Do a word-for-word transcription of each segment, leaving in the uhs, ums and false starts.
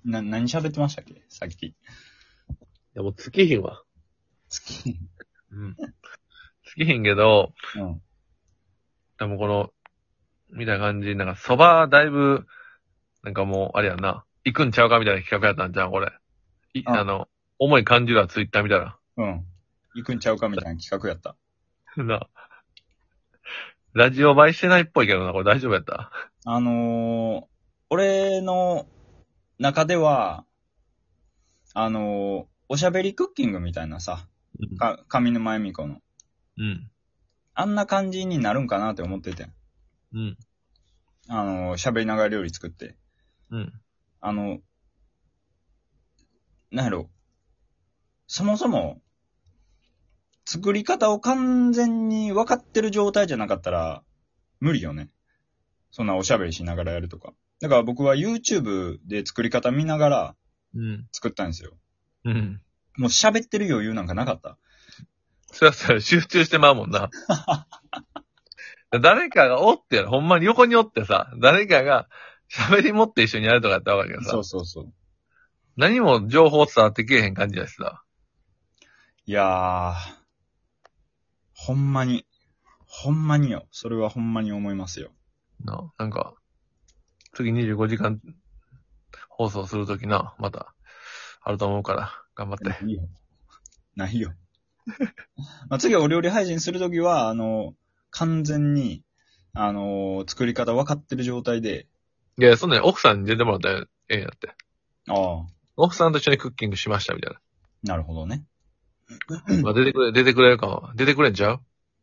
な、何喋ってましたっけさっき。いやもう尽きひんわ。 月。 うん。尽きひんけど、 うん。 でもこの、みたいな感じ、なんか蕎麦だいぶ、なんかもう、あれやんな。行くんちゃうかみたいな企画やったんじゃん、これ。い、 ああの、重い感じはツイッター見たら。 うん。行くんちゃうかみたいな企画やった。 な、ラジオ映えしてないっぽいけどな、これ大丈夫やった？ あのー、俺の中では、あのー、おしゃべりクッキングみたいなさ、 うん。 か、上沼恵美子の。 うん。 あんな感じになるんかなって思ってて。 うん。 あのー、喋りながら料理作って。 うん。 あの、なんやろ。そもそも、作り方を完全に分かってる状態じゃなかったら、無理よね。そんなおしゃべりしながらやるとか。だから僕は YouTube で作り方見ながらうん。 作ったんですよ。 うん。 もう喋ってる余裕なんかなかった。 そりゃそりゃ集中してまうもんな。誰かがおってやる、ほんまに横におってさ、誰かが喋り持って一緒にやるとかやったらわかるけどさ。 そうそうそう。 何も情報伝わってけえへん感じだしさ。 いやー、ほんまに、ほんまによ。それはほんまに思いますよ。 な、なんか、次にじゅうごじかん放送するときな、また、あると思うから、頑張って。 いいよ。ないよ。まあ、次お料理配信するときは、あの、完全に、あの、作り方分かってる状態で、 いや、そんなに奥さんに出てもらったらええんやって。 ああ、 奥さんと一緒にクッキングしましたみたいなるほどね。 な。まあ、出てくれ、出てくれるかも。出てくれんちゃう？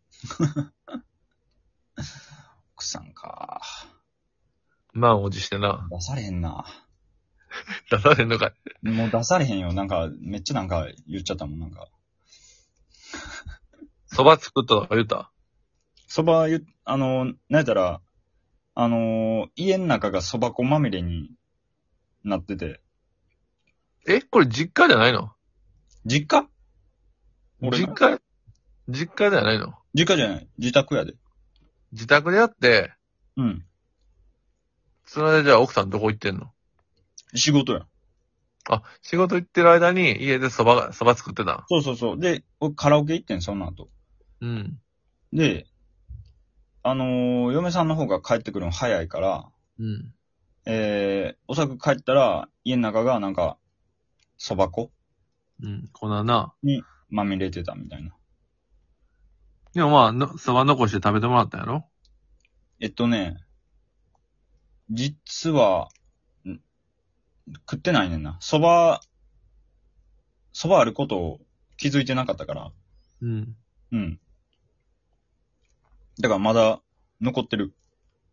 奥さんか。 満を持してな。 出されへんな。 出されんのかい。 もう出されへんよ。なんか、めっちゃなんか言っちゃったもん、なんか。 蕎麦作ったとか言った？ 蕎麦ゆ、あの、なんやったら、あの、家の中が蕎麦粉まみれになってて。 え、これ実家じゃないの？ 実家俺実家、実家じゃないの？ 実家じゃない。自宅やで。 自宅でやって、 うん。 それでじゃあ奥さんどこ行ってんの？ 仕事や。 あ、仕事行ってる間に家で蕎麦が、蕎麦作ってた。 そうそうそう。で、俺カラオケ行ってん、その後。 うん。 で、あのー嫁さんの方が帰ってくるの早いから、 うん。 えー、おそらく帰ったら、家の中がなんか、蕎麦粉うん。こんなな。 にまみれてたみたいな。 でもまあ、の蕎麦残して食べてもらったんやろ？ えっとね、実は、ん食ってないねんな。蕎麦、蕎麦あることを気づいてなかったから。 うん。 うん。だからまだ残ってる。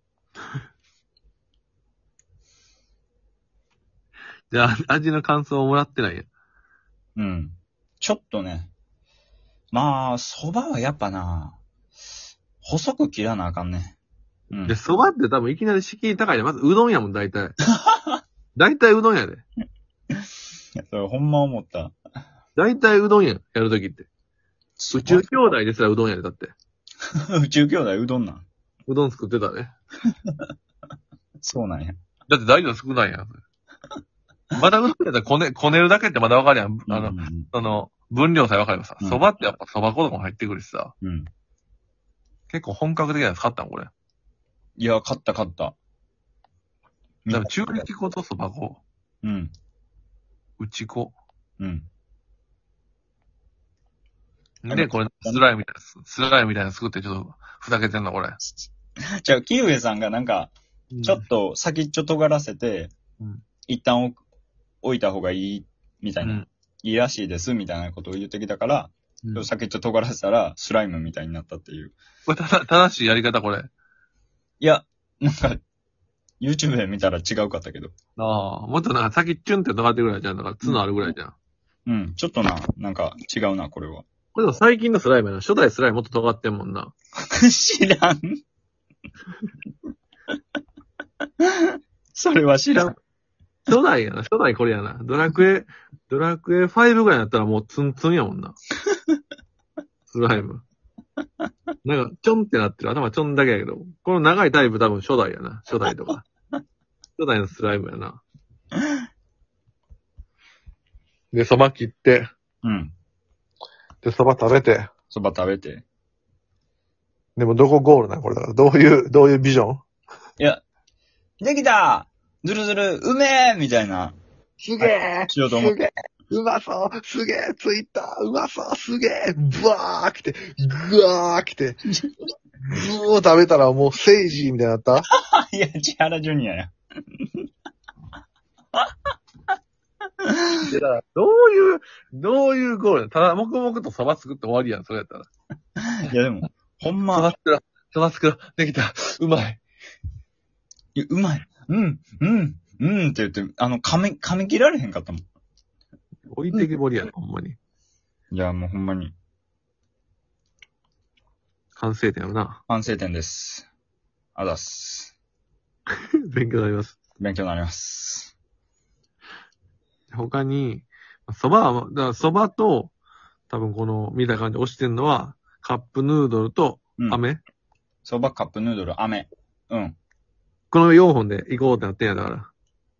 じゃあ、味の感想をもらってないや。 うん。ちょっとね。まあ、蕎麦はやっぱな、細く切らなあかんね。うんで、。蕎麦って多分いきなり敷居高いで。まずうどんやもん、大体。大体うどんやで。 いやそれほんま思った。 大体うどんやん、やるときって。宇宙兄弟ですらうどんやで、だって。 宇宙兄弟うどんなん。 うどん作ってたね。 そうなんや。 だって大量少ないやん。まだうどんやったらこね、こねるだけってまだわかるやん。あの、 うんうんその、分量さえわかればさ。 うん蕎麦ってやっぱ蕎麦粉とかも入ってくるしさ。 うん。うん。 結構本格的なやつ買ったんこれ。 いや、勝った勝った。 でも中力粉と蕎麦粉。 うん。 内粉。 うん。 で、これ、スライムみたいな、スライムみたいなの作ってちょっと、ふざけてんの、これ。 じゃあ、キウエさんがなんか、ちょっと先っちょ尖らせて、 うん一旦置置いた方がいい、みたいな、 うんいいらしいです、みたいなことを言ってきたから、 うん、 先っちょ尖らせたら、スライムみたいになったっていう。 これ、ただ、正しいやり方、これ。 いや、なんか、YouTube で見たら違うかったけど。 ああ、もっとなんか先チュンって尖ってくらいじゃん。なんか角あるぐらいじゃん。 うん、ちょっとな、なんか違うな、これは。 これでも最近のスライムやな。初代スライムもっと尖ってんもんな。 知らん。それは知らん。 初代やな。初代これやな。ドラクエ、ドラクエファイブぐらいになったらもうツンツンやもんな。スライム。なんか、ちょんってなってる。頭ちょんだけやけど。この長いタイプ多分初代やな。初代とか。初代のスライムやな。 で、蕎麦切って、 うん。 で、蕎麦食べて。 そば食べて。 でもどこゴールなんこれだから。どういう、どういうビジョン？ いや、できたずるずる、うめえみたいな。 すげえしようと思っすげえうまそうすげえツイッターうまそうすげえブワー来て、ぐわー来て、ブー食べたらもうセイジーみたいになったいや、千原ジュニアや。 いやだからどういう、どういうゴールただ、黙々と蕎麦作って終わりやん、それやったら。 いや、でも、ほん蕎ま、 麦作ろう、蕎麦作ろう、できた、うまい。 いやうまい。うん、うん、うんって言って、あの、噛み、噛み切られへんかったもん。 置いてきぼりやね、ほんまに。 いや、もうほんまに、 完成点やろな。 反省点です。あざっす。 勉強になります。 勉強になります。 他に、蕎麦は、だから蕎麦と、多分この、見た感じ押してんのは、カップヌードルとうん。 飴、 そば、カップヌードル、飴。うん。 このよんほんで行こうってなってんやだから。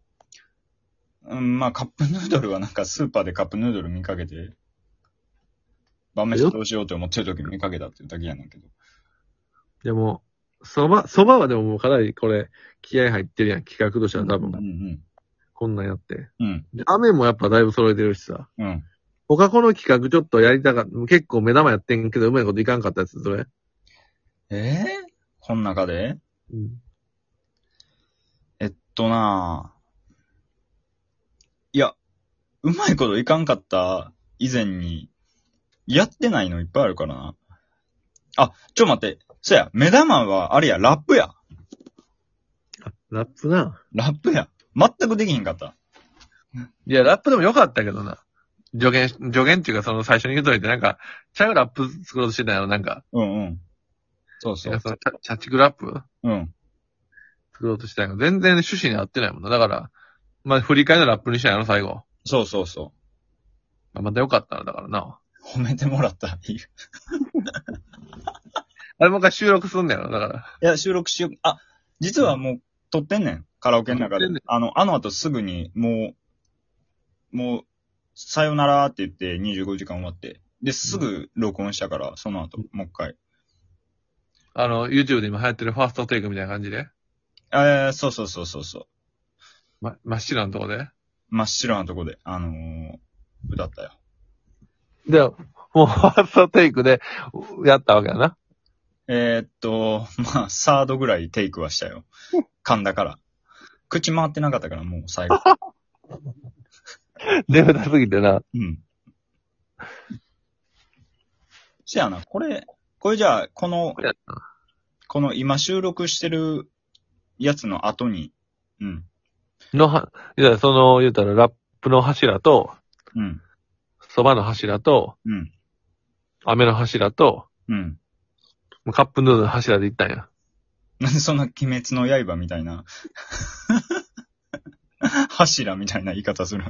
うん、まあ、カップヌードルはなんかスーパーでカップヌードル見かけて、晩飯どうしようと思ってる時に見かけたっていうだけやねんけど。 でも、蕎麦、蕎麦はでももうかなりこれ、気合入ってるやん、企画としては多分。 うんうんこんなんやって。 うん。 で飴もやっぱだいぶ揃えてるしさ。 うん。うん。 他この企画ちょっとやりたかった、結構目玉やってんけど、うまいこといかんかったやつ、それ。 ええこの中でうん。 えっとなぁ。いや、うまいこといかんかった以前に、やってないのいっぱいあるからな。あ、ちょ待って。そや、目玉はあれや、ラップや。 あ、ラップな。 ラップや。全くできへんかった。 いや、ラップでもよかったけどな。助言、助言っていうかその最初に言うといて、なんか、ちゃうラップ作ろうとしてたよ、なんか。 うんうん。そうそいや、 う。 その、チャチャチクラップうん。 作ろうとしてたけど、全然趣旨に合ってないもんな。だから、まあ、振り返りのラップにしたんやろ、最後。 そうそうそまあ、またよかったな、だからな。 う。褒めてもらった。いあれもう一回収録すんねやろ、だから。 や、収録しよう。あ、実はもう撮ってんねん。カラオケの中で撮ってんねん。 あの、あの後すぐに、もう、もう、さよならって言ってにじゅうごじかん終わって。で、すぐ録音したから、その後、もう一回。 あの、YouTube で今流行ってるファーストテイクみたいな感じで。 えー、そうそうそうそうそう。 ま、真っ白なとこで。 真っ白なとこで、あのー、歌ったよ。 で、もうファーストテイクでやったわけやな。 えー、っと、まあ、サードぐらいテイクはしたよ。噛んだから。口回ってなかったから、もう最後。 デブタすぎてな。 うん。せやな、これ、これじゃあ、この、 これやったな。 この今収録してるやつの後に、うん、 のは、いや、その、言うたらラップの柱と、 うん、 蕎麦の柱と、 うん、 飴の柱と、 うん。 もうカップヌードルの柱で行ったんや。 なんでそんな鬼滅の刃みたいな、柱みたいな言い方する。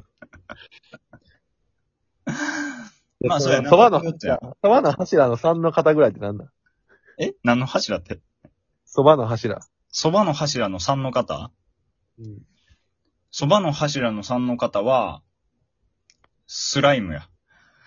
まあそうやな蕎麦のよっちゃ柱、蕎麦の柱のさんの型ぐらいってなんだ？ え何の柱って？ 蕎麦の柱。 蕎麦の柱のさんの方？ うん。 蕎麦の柱のさんの方は、スライムや。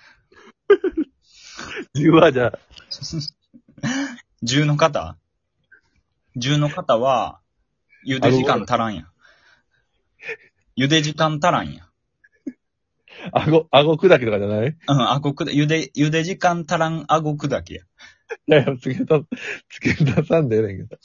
じゅうはじゃあ、 じゅうの方 ?じゅう の方は、茹で時間足らんや。茹で時間足らんや。 顎、顎砕きとかじゃない？いうん、あごくだ、茹で、茹で時間足らんあご砕きや。 やいや、つけた、つけ出さんでええねんけど。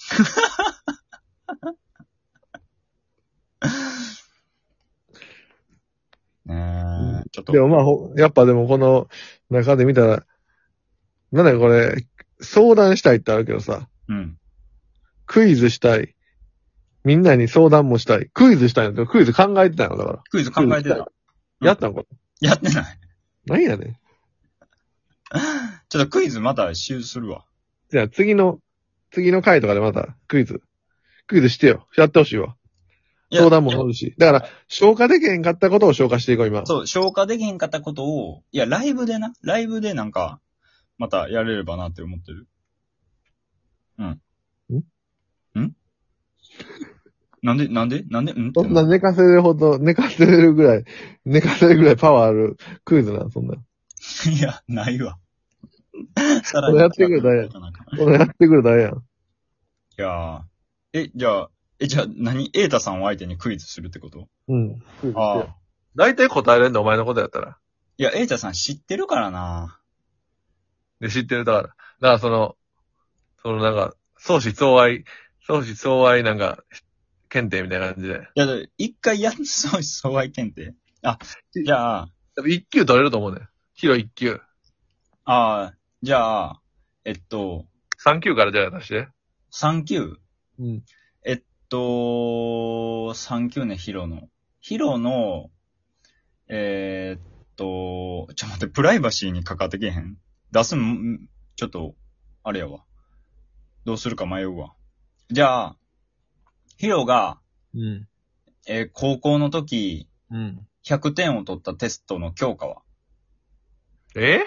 ねえ、ちょっと。 でもまあ、ほやっぱでもこの中で見たら、なんだよこれ、相談したいってあるけどさ、 うん。 クイズしたい。みんなに相談もしたい。クイズしたいんだけど、クイズ考えてたのだから。 クイズ考えてた。 クイズしたいやったのこれ。 やってない。 何やねん。 ちょっとクイズまたシューするわ。 じゃあ次の、次の回とかでまたクイズ。クイズしてよ。やってほしいわ。 いや相談も乗るし。だから、消化できへんかったことを消化していこう、今。 そう、消化できへんかったことを、いや、ライブでな、ライブでなんか、またやれればなって思ってる。うん。んんなんで、なんでなんでうんってそんな寝かせるほど、寝かせるぐらい、寝かせるぐらいパワーあるクイズなん、そんな。 いや、ないわ。さこれやってくれたらええやん。これやってくれたらええやん。 いやー。え、じゃあ、え、じゃあ何エータさんを相手にクイズするってこと？ うん。クイズしてああよ。。大体答えれんのお前のことやったら。 いや、エータさん知ってるからな。 で、知ってる。だから、だからその、そのなんか、相思相愛、相思相愛なんか、検定みたいな感じで。 いや、一回やんそう、相愛検定。あ、じゃあ、 多分一級取れると思うねん。ヒロ一級。 ああ、じゃあ、えっと、 三級からじゃあ出して。 さん級。 うん。 えっと、さん級ね、ヒロの。ヒロの、えーっと、ちょ、待って、プライバシーにかかってけへん？出すん、ちょっと、あれやわ。どうするか迷うわ。じゃあ、ヒロが、 うん。 えー高校の時、 うん。 ひゃくてんを取ったテストの教科は？ え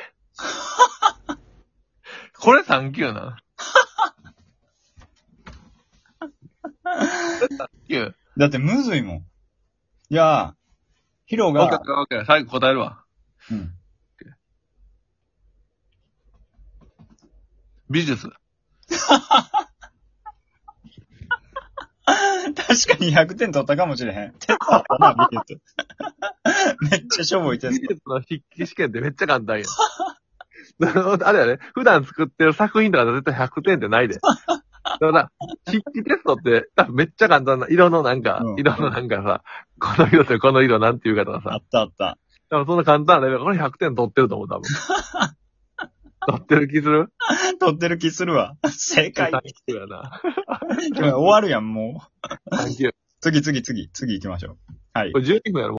これ三級な。三級。 だってむずいもん。じゃあ、ヒロオッケーオッが、 ケーオッケー。最後答えるわ。 うん。 美術。 確かにひゃくてん取ったかもしれへん。テストあったな、美術。めっちゃしょぼいテ美スト。 術の筆記試験ってめっちゃ簡単や。あれやね、普段作ってる作品とか絶対ひゃくてんってないで。だから、筆記テストって多分めっちゃ簡単な、色のなんか、 うん色のなんかさ、この色とこの色なんていうかとかさ、 あったあった。 多分そんな簡単なレベル、これひゃくてん取ってると思う、多分。取ってる気する？ 取ってる気するわ。正解。 三級やな。 終わるやん、もう。 三級。 次次次、次行きましょう。はいこ。れじゅうにふんやろ